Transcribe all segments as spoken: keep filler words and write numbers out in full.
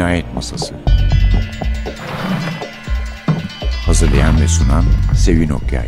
Cinayet Masası. Hazırlayan ve sunan Sevin Okyay.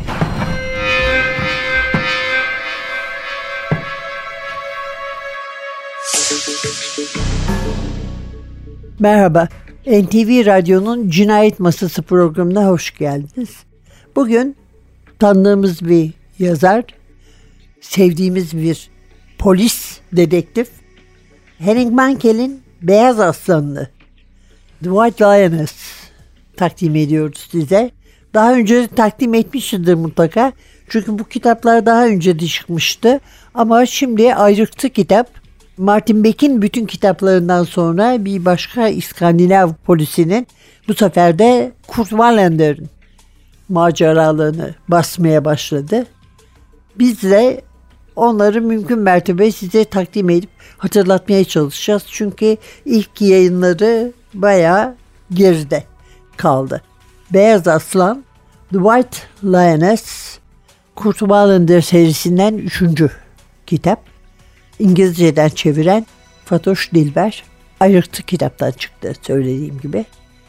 Merhaba, N T V Radyo'nun Cinayet Masası programına hoş geldiniz. Bugün tanıdığımız bir yazar, sevdiğimiz bir polis dedektif, Henning Mankel'in Beyaz Aslanlı, The White Lioness takdim ediyoruz size. Daha önce takdim etmişizdir mutlaka. Çünkü bu kitaplar daha önce de çıkmıştı. Ama şimdi ayrıktı kitap. Martin Beck'in bütün kitaplarından sonra bir başka İskandinav polisinin, bu sefer de Kurt Wallender'in maceralarını basmaya başladı. Biz de onları mümkün mertebe size takdim edip hatırlatmaya çalışacağız. Çünkü ilk yayınları bayağı geride kaldı. Beyaz Aslan, The White Lioness, Kurt Wallender serisinden üçüncü kitap. İngilizceden çeviren Fatoş Dilber. Ayrıktı kitaptan çıktı söylediğim gibi.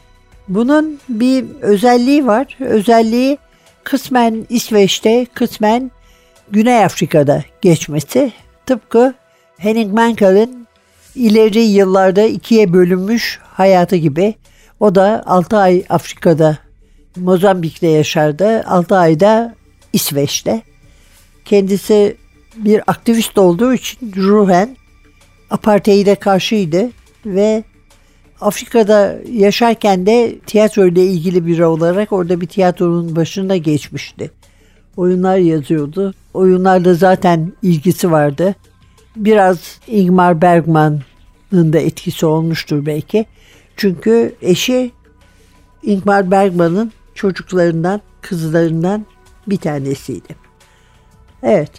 Bunun bir özelliği var. Özelliği kısmen İsveç'te, kısmen Güney Afrika'da geçmesi. Tıpkı Henning Mankel'in ileri yıllarda ikiye bölünmüş hayatı gibi. O da altı ay Afrika'da, Mozambik'te yaşardı. altı ayda İsveç'te. Kendisi bir aktivist olduğu için ruhen apartheid'e karşıydı ve Afrika'da yaşarken de tiyatro ile ilgili biri olarak orada bir tiyatronun başına geçmişti. Oyunlar yazıyordu. Oyunlarda zaten ilgisi vardı. Biraz Ingmar Bergman'ın da etkisi olmuştur belki. Çünkü eşi Ingmar Bergman'ın çocuklarından, kızlarından bir tanesiydi. Evet.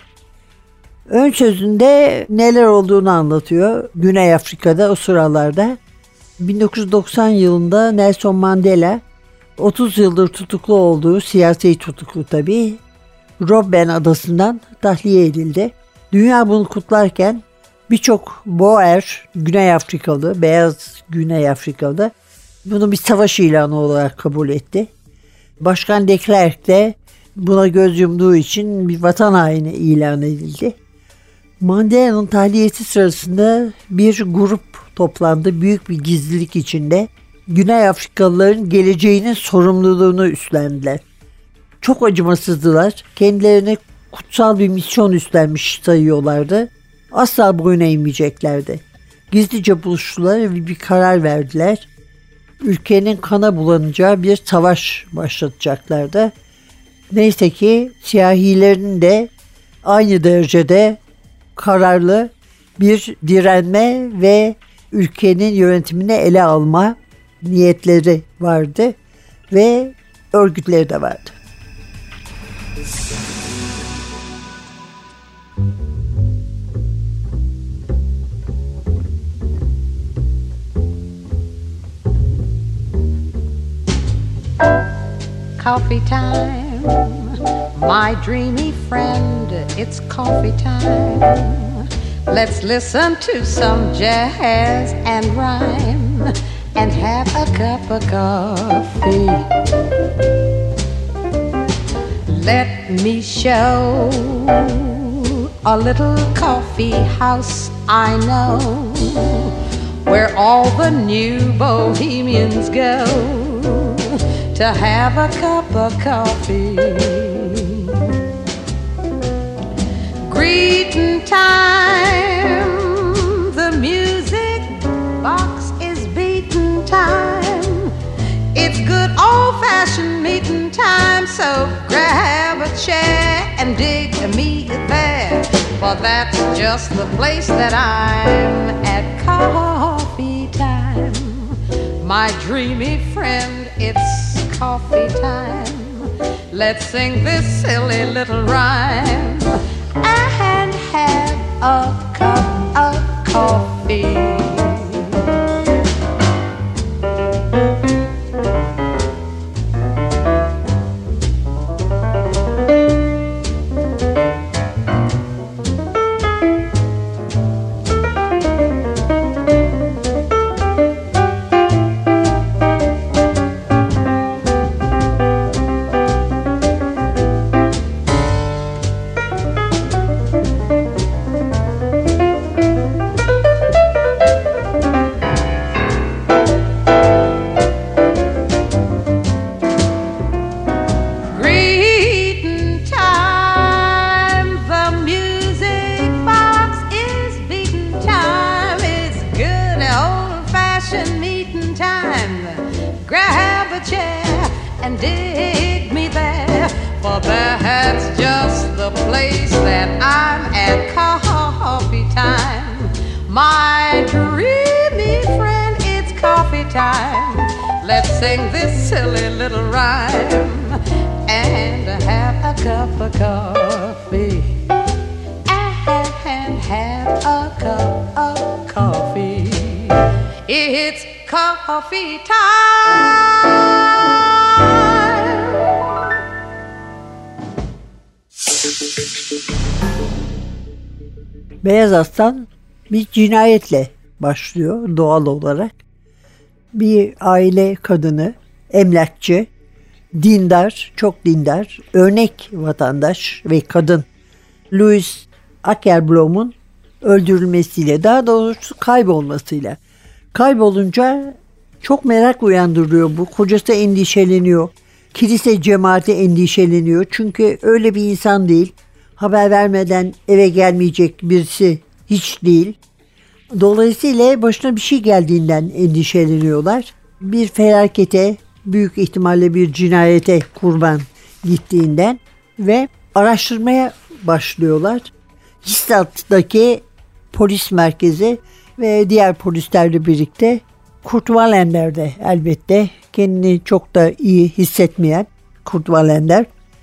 Ön sözünde neler olduğunu anlatıyor. Güney Afrika'da o sıralarda bin dokuz yüz doksan yılında Nelson Mandela otuz yıldır tutuklu olduğu, siyasi tutuklu tabii, Robben adasından tahliye edildi. Dünya bunu kutlarken birçok Boer, Güney Afrikalı, beyaz Güney Afrikalı bunu bir savaş ilanı olarak kabul etti. Başkan de Klerk de buna göz yumduğu için bir vatan haini ilan edildi. Mandela'nın tahliyesi sırasında bir grup toplandı büyük bir gizlilik içinde. Güney Afrikalıların geleceğinin sorumluluğunu üstlendiler. Çok acımasızdılar. Kendilerine kutsal bir misyon üstlenmiş sayıyorlardı. Asla boyun eğmeyeceklerdi. Gizlice buluştular ve bir karar verdiler. Ülkenin kana bulanacağı bir savaş başlatacaklardı. Neyse ki siyahilerin de aynı derecede kararlı bir direnme ve ülkenin yönetimini ele alma niyetleri vardı ve örgütleri de vardı. Coffee time, my dreamy friend, it's coffee time. Let's listen to some jazz and rhyme and have a cup of coffee. Let me show a little coffee house I know, where all the new bohemians go to have a cup of coffee. Greeting time, the music box is beating time. It's good old-fashioned meeting time, so grab a chair and dig me there, for that's just the place that I'm at coffee time. My dreamy friend, it's coffee time. Let's sing this silly little rhyme and have a cup of coffee. My dreamy friend, it's coffee time. Let's sing this silly little rhyme and have a cup of coffee. And have a cup of coffee. It's coffee time. Beyaz Aslan bir cinayetle başlıyor doğal olarak. Bir aile kadını, emlakçı, dindar, çok dindar, örnek vatandaş ve kadın Louise Ackerblom'un öldürülmesiyle, daha doğrusu kaybolmasıyla. Kaybolunca çok merak uyandırıyor bu. Kocası endişeleniyor. Kilise cemaati endişeleniyor. Çünkü öyle bir insan değil. Haber vermeden eve gelmeyecek birisi hiç değil. Dolayısıyla başına bir şey geldiğinden endişeleniyorlar. Bir felakete, büyük ihtimalle bir cinayete kurban gittiğinden ve araştırmaya başlıyorlar. Histat'taki polis merkezi ve diğer polislerle birlikte Kurt Wallender'de elbette kendini çok da iyi hissetmeyen Kurt Wallender.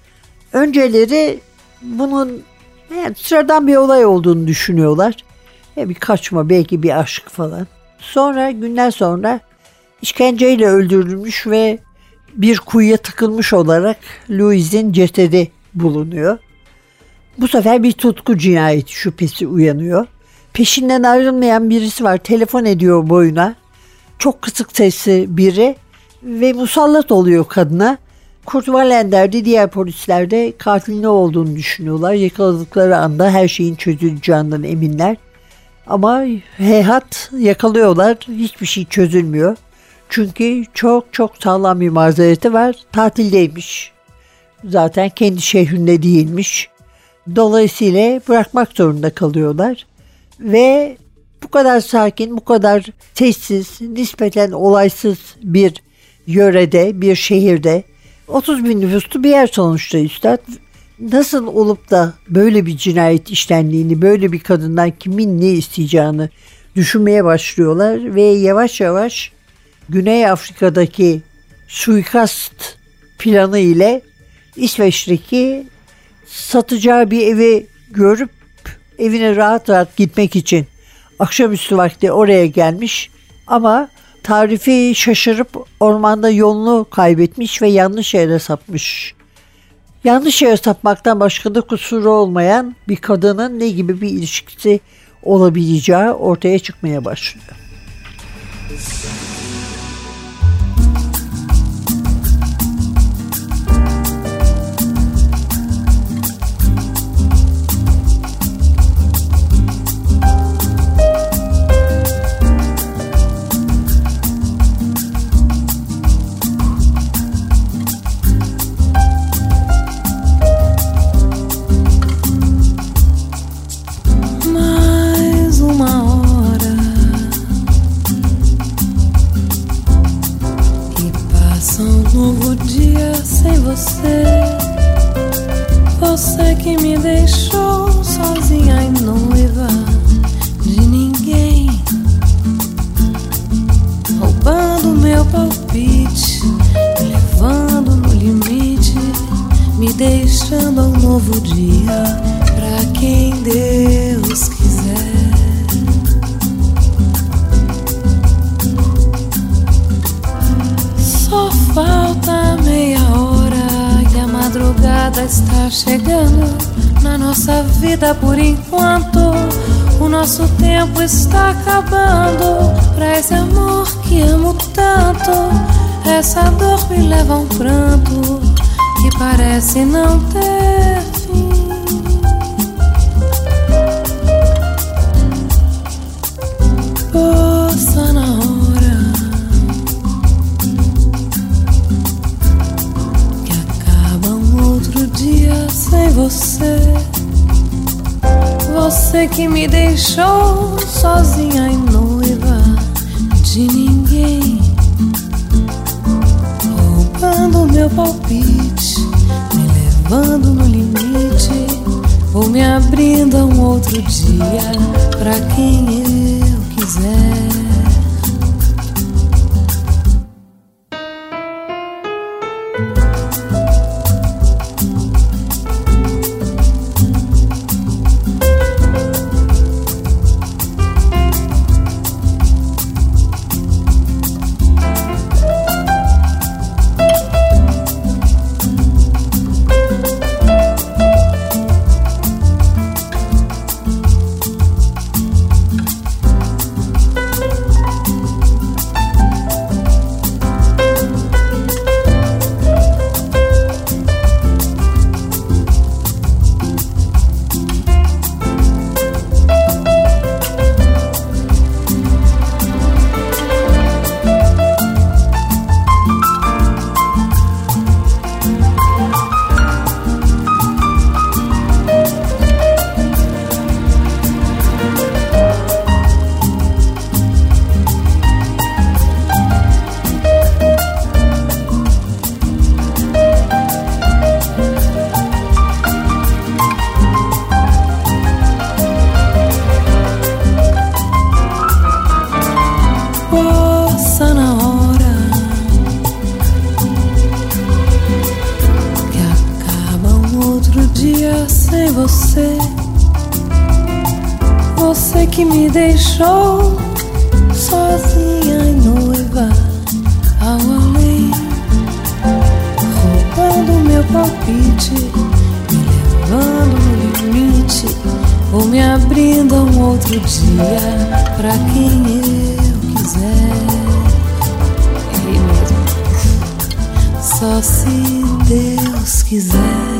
Önceleri bunun yani sıradan bir olay olduğunu düşünüyorlar. Ya bir kaçma, belki bir aşk falan. Sonra günler sonra işkenceyle öldürülmüş ve bir kuyuya tıkılmış olarak Louise'in cesedi bulunuyor. Bu sefer bir tutku cinayeti şüphesi uyanıyor. Peşinden ayrılmayan birisi var. Telefon ediyor boyuna. Çok kısık sesli biri ve musallat oluyor kadına. Kurt Wallender de diğer polisler de katilin ne olduğunu düşünüyorlar. Yakaladıkları anda her şeyin çözüleceğinden eminler. Ama heyhat yakalıyorlar. Hiçbir şey çözülmüyor. Çünkü çok çok sağlam bir mazereti var. Tatildeymiş. Zaten kendi şehrinde değilmiş. Dolayısıyla bırakmak zorunda kalıyorlar. Ve bu kadar sakin, bu kadar sessiz, nispeten olaysız bir yörede, bir şehirde, otuz bin nüfuslu bir yer sonuçta üstad. Nasıl olup da böyle bir cinayet işlendiğini, böyle bir kadından kimin ne isteyeceğini düşünmeye başlıyorlar. Ve yavaş yavaş Güney Afrika'daki suikast planı ile İsveç'teki satacağı bir evi görüp evine rahat rahat gitmek için akşamüstü vakti oraya gelmiş ama tarifi şaşırıp ormanda yolunu kaybetmiş ve yanlış yere sapmış. Yanlış yere sapmaktan başka da kusuru olmayan bir kadının ne gibi bir ilişkisi olabileceği ortaya çıkmaya başlıyor. Você que me deixou sozinha e noiva de ninguém, roubando meu palpite, me levando no limite, me deixando um novo dia pra quem Deus quiser. Só falta meia hora que a madrugada está chegando na nossa vida por enquanto. O nosso tempo está acabando pra esse amor que amo tanto. Essa dor me leva a um pranto que parece não ter fim. Poça na hora que acaba um outro dia sem você. Você que me deixou sozinha e noiva de ninguém, roubando meu palpite, me levando no limite, vou me abrindo a um outro dia pra quem eu quiser. Você, você que me deixou sozinha e noiva ao além, roubando meu palpite, me levando no limite, ou me abrindo a um outro dia pra quem eu quiser. Ei mesmo, só se Deus quiser.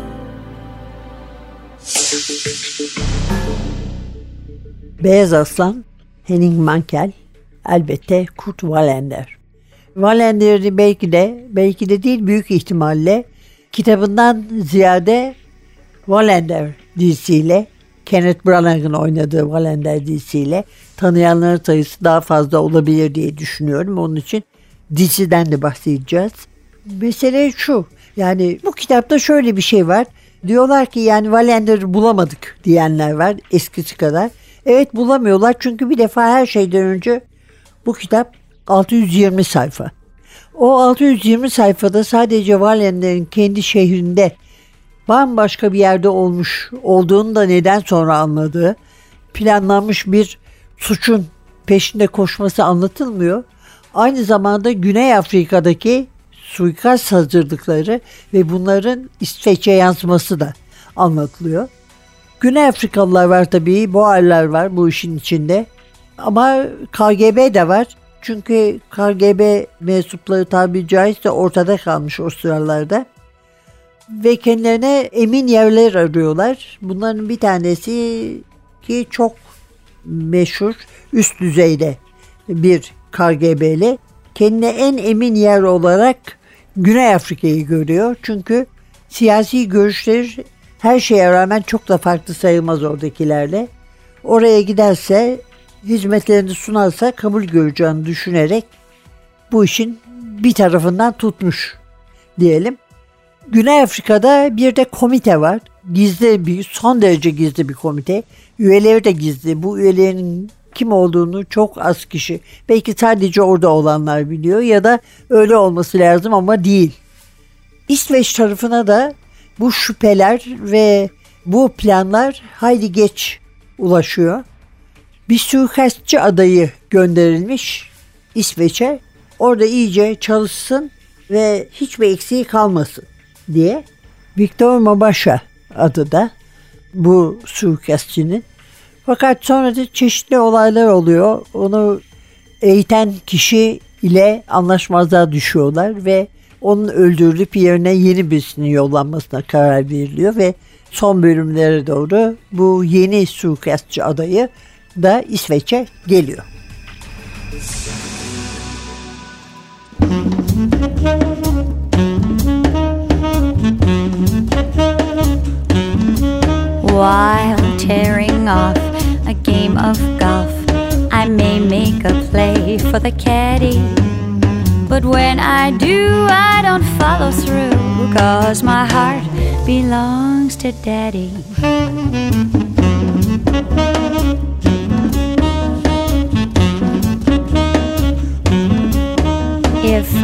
Beyaz Aslan, Henning Mankell, elbette Kurt Wallander. Wallander'i belki de, belki de değil büyük ihtimalle kitabından ziyade Wallander dizisiyle, Kenneth Branagh'ın oynadığı Wallander dizisiyle tanıyanların sayısı daha fazla olabilir diye düşünüyorum. Onun için diziden de bahsedeceğiz. Mesele şu, yani bu kitapta şöyle bir şey var. Diyorlar ki yani Wallander'ı bulamadık diyenler var eskisi kadar. Evet, bulamıyorlar çünkü bir defa her şeyden önce bu kitap altı yüz yirmi sayfa. O altı yüz yirmi sayfada sadece Wallander'in kendi şehrinde bambaşka bir yerde olmuş olduğunu da neden sonra anladığı, planlanmış bir suçun peşinde koşması anlatılmıyor. Aynı zamanda Güney Afrika'daki suikast hazırlıkları ve bunların İsveç'e yansıması da anlatılıyor. Güney Afrikalılar var tabii, Boerler var bu işin içinde. Ama K G B de var. Çünkü K G B mensupları tabiri caizse ortada kalmış o sıralarda. Ve kendilerine emin yerler arıyorlar. Bunların bir tanesi ki çok meşhur, üst düzeyde bir K G B'li. Kendine en emin yer olarak Güney Afrika'yı görüyor. Çünkü siyasi görüşleri her şeye rağmen çok da farklı sayılmaz oradakilerle. Oraya giderse, hizmetlerini sunarsa kabul göreceğini düşünerek bu işin bir tarafından tutmuş diyelim. Güney Afrika'da bir de komite var. Gizli bir, son derece gizli bir komite. Üyeleri de gizli. Bu üyelerin kim olduğunu çok az kişi, belki sadece orada olanlar biliyor ya da öyle olması lazım ama değil. İsveç tarafına da bu şüpheler ve bu planlar hayli geç ulaşıyor. Bir suikastçı adayı gönderilmiş İsveç'e. Orada iyice çalışsın ve hiçbir eksiği kalmasın diye. Viktor Mabasha adı da bu suikastçının. Fakat sonra da çeşitli olaylar oluyor. Onu eğiten kişi ile anlaşmazlığa düşüyorlar ve onun öldürülüp yerine yeni birisinin yollanmasına karar veriliyor ve son bölümlere doğru bu yeni suikastçı adayı da İsveç'e geliyor. While tearing off a game of golf, I may make a play for the caddy. But when I do, I don't follow through, 'cause my heart belongs to Daddy.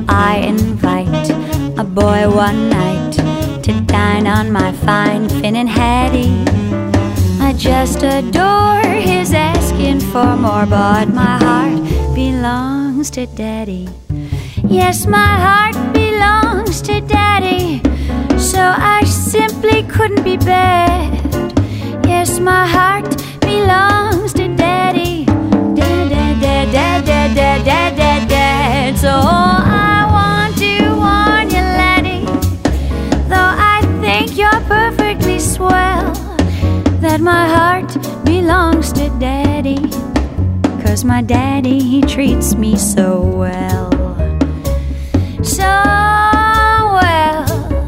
I invite a boy one night to dine on my fine Finn and Hattie. I just adore his asking for more, but my heart belongs to Daddy. Yes, my heart belongs to Daddy, so I simply couldn't be bad. Yes, my heart belongs to Daddy. Dad, dad, dad, dad, dad, dad, dad, dad, dad. So I want to warn you, laddie, though I think you're perfectly swell, that my heart belongs to Daddy, 'cause my daddy, he treats me so well. So well.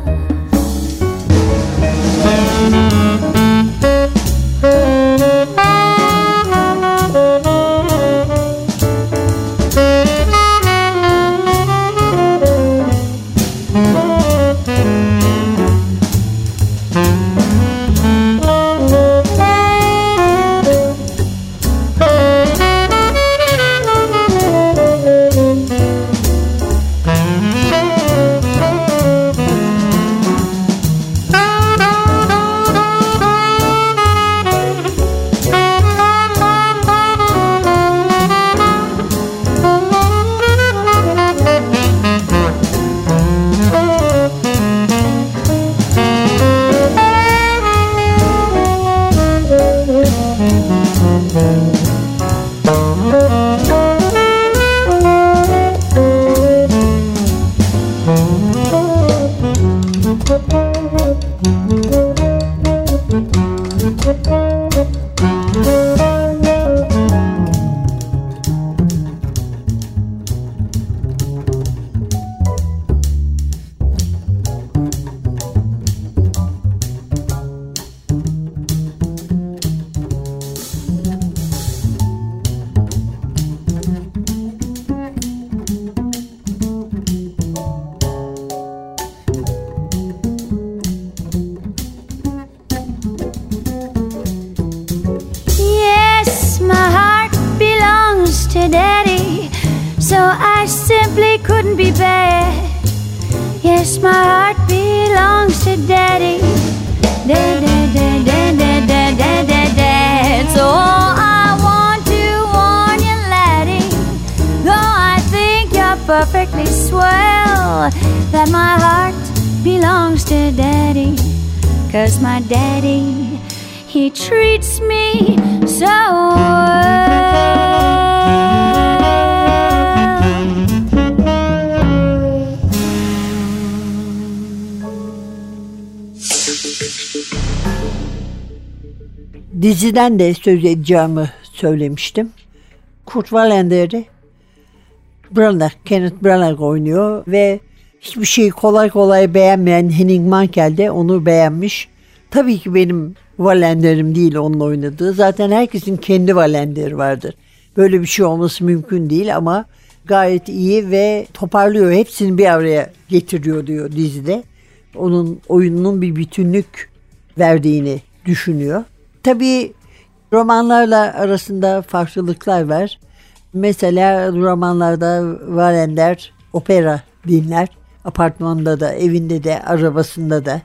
I simply couldn't be bad. Yes, my heart belongs to Daddy. Dad, dad, dad, dad, dad, dad, dad, dad, dad. So I want to warn you, laddie, though I think you're perfectly swell, that my heart belongs to Daddy, 'cause my daddy, he treats me so well. Diziden de söz edeceğimi söylemiştim. Kurt Wallender'i Branagh, Kenneth Branagh oynuyor ve hiçbir şeyi kolay kolay beğenmeyen Henning Mankell de onu beğenmiş. Tabii ki benim Wallender'im değil onun oynadığı. Zaten herkesin kendi Wallender'i vardır. Böyle bir şey olması mümkün değil ama gayet iyi ve toparlıyor. Hepsini bir araya getiriyor diyor dizide. Onun oyununun bir bütünlük verdiğini düşünüyor. Tabii romanlarla arasında farklılıklar var. Mesela romanlarda Wallander opera dinler. Apartmanda da, evinde de, arabasında da.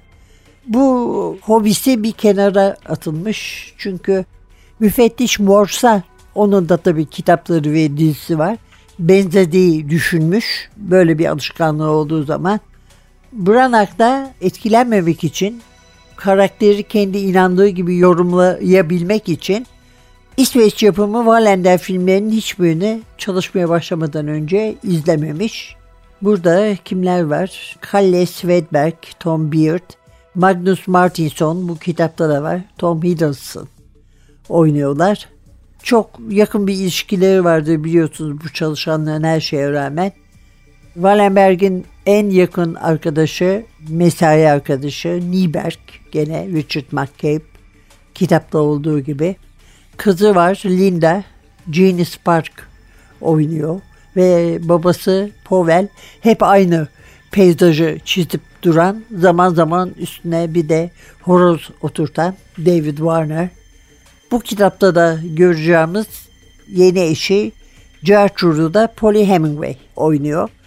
Bu hobisi bir kenara atılmış. Çünkü müfettiş Morse'a, onun da tabii kitapları ve dizisi var, benzediği düşünmüş. Böyle bir alışkanlığı olduğu zaman. Branagh da etkilenmemek için, karakteri kendi inandığı gibi yorumlayabilmek için İsveç yapımı Wallander filmlerinin hiçbirini çalışmaya başlamadan önce izlememiş. Burada kimler var? Kalle Svedberg, Tom Beard, Magnus Martinsson, bu kitapta da var, Tom Hiddleston oynuyorlar. Çok yakın bir ilişkileri vardı biliyorsunuz bu çalışanların her şeye rağmen. Wallenberg'in en yakın arkadaşı, mesai arkadaşı Nyberg, gene Richard McCabe, kitapta olduğu gibi. Kızı var Linda, Jeannie Spark oynuyor ve babası Powell hep aynı peyzajı çizip duran, zaman zaman üstüne bir de horoz oturtan David Warner. Bu kitapta da göreceğimiz yeni eşi Gertrude'u da Polly Hemingway oynuyor.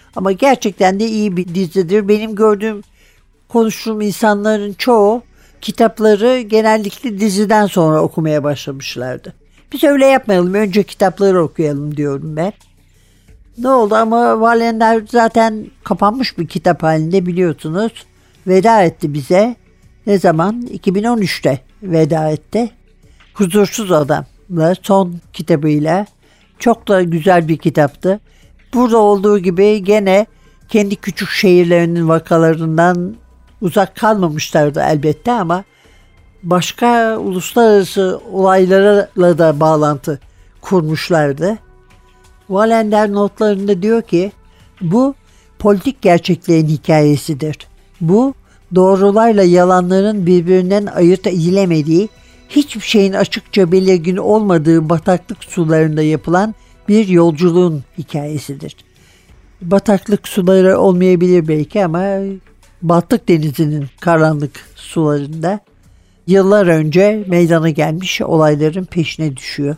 Ama gerçekten de iyi bir dizidir. Benim gördüğüm, konuştuğum insanların çoğu kitapları genellikle diziden sonra okumaya başlamışlardı. Biz öyle yapmayalım, önce kitapları okuyalım diyorum ben. Ne oldu ama Wallander zaten kapanmış bir kitap halinde, biliyorsunuz. Veda etti bize. Ne zaman? iki bin on üçte veda etti. Huzursuz Adam'la son kitabıyla. Çok da güzel bir kitaptı. Burada olduğu gibi gene kendi küçük şehirlerinin vakalarından uzak kalmamışlardı elbette ama başka uluslararası olaylarla da bağlantı kurmuşlardı. Wallander notlarında diyor ki, bu politik gerçekliğin hikayesidir. Bu doğrularla yalanların birbirinden ayırt edilemediği, hiçbir şeyin açıkça belirgin olmadığı bataklık sularında yapılan bir yolculuğun hikayesidir. Bataklık suları olmayabilir belki ama Baltık Denizi'nin karanlık sularında yıllar önce meydana gelmiş olayların peşine düşüyor.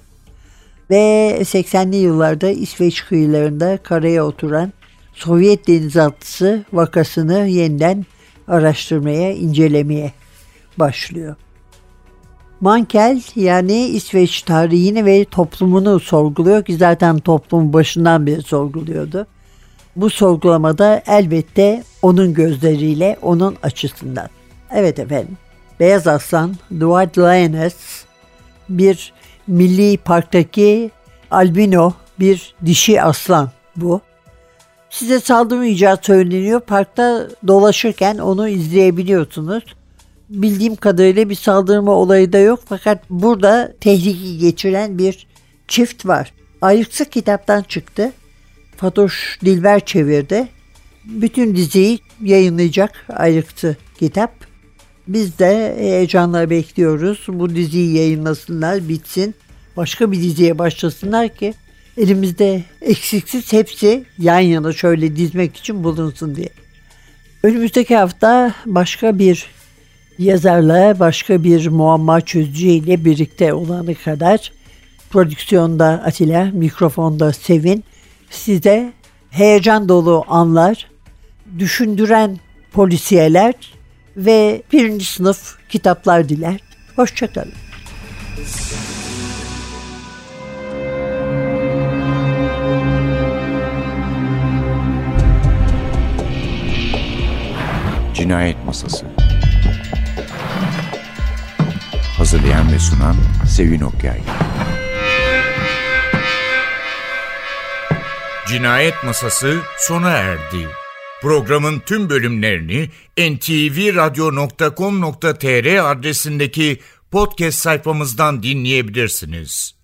Ve seksenli yıllarda İsveç kıyılarında karaya oturan Sovyet denizaltısı vakasını yeniden araştırmaya, incelemeye başlıyor. Mankell yani İsveç tarihini ve toplumunu sorguluyor ki zaten toplumu başından beri sorguluyordu. Bu sorgulamada elbette onun gözleriyle, onun açısından. Evet efendim, Beyaz Aslan, The White Lioness, bir milli parktaki albino bir dişi aslan bu. Size saldırmayacağı söyleniyor. Parkta dolaşırken onu izleyebiliyorsunuz. Bildiğim kadarıyla bir saldırma olayı da yok. Fakat burada tehlike geçiren bir çift var. Ayrıksı kitaptan çıktı. Fatoş Dilber çevirdi. Bütün diziyi yayınlayacak Ayrıksı kitap. Biz de heyecanla bekliyoruz. Bu diziyi yayınlasınlar, bitsin. Başka bir diziye başlasınlar ki elimizde eksiksiz hepsi yan yana şöyle dizmek için bulunsun diye. Önümüzdeki hafta başka bir yazarla, başka bir muamma çözücüyle birlikte olana kadar prodüksiyonda Atilla, mikrofonda Sevin, size heyecan dolu anlar, düşündüren polisiyeler ve birinci sınıf kitaplar diler. Hoşçakalın. Cinayet Masası. Hazırlayan ve sunan Sevin Okyay. Cinayet Masası sona erdi. Programın tüm bölümlerini en te ve radyo nokta com nokta tr adresindeki podcast sayfamızdan dinleyebilirsiniz.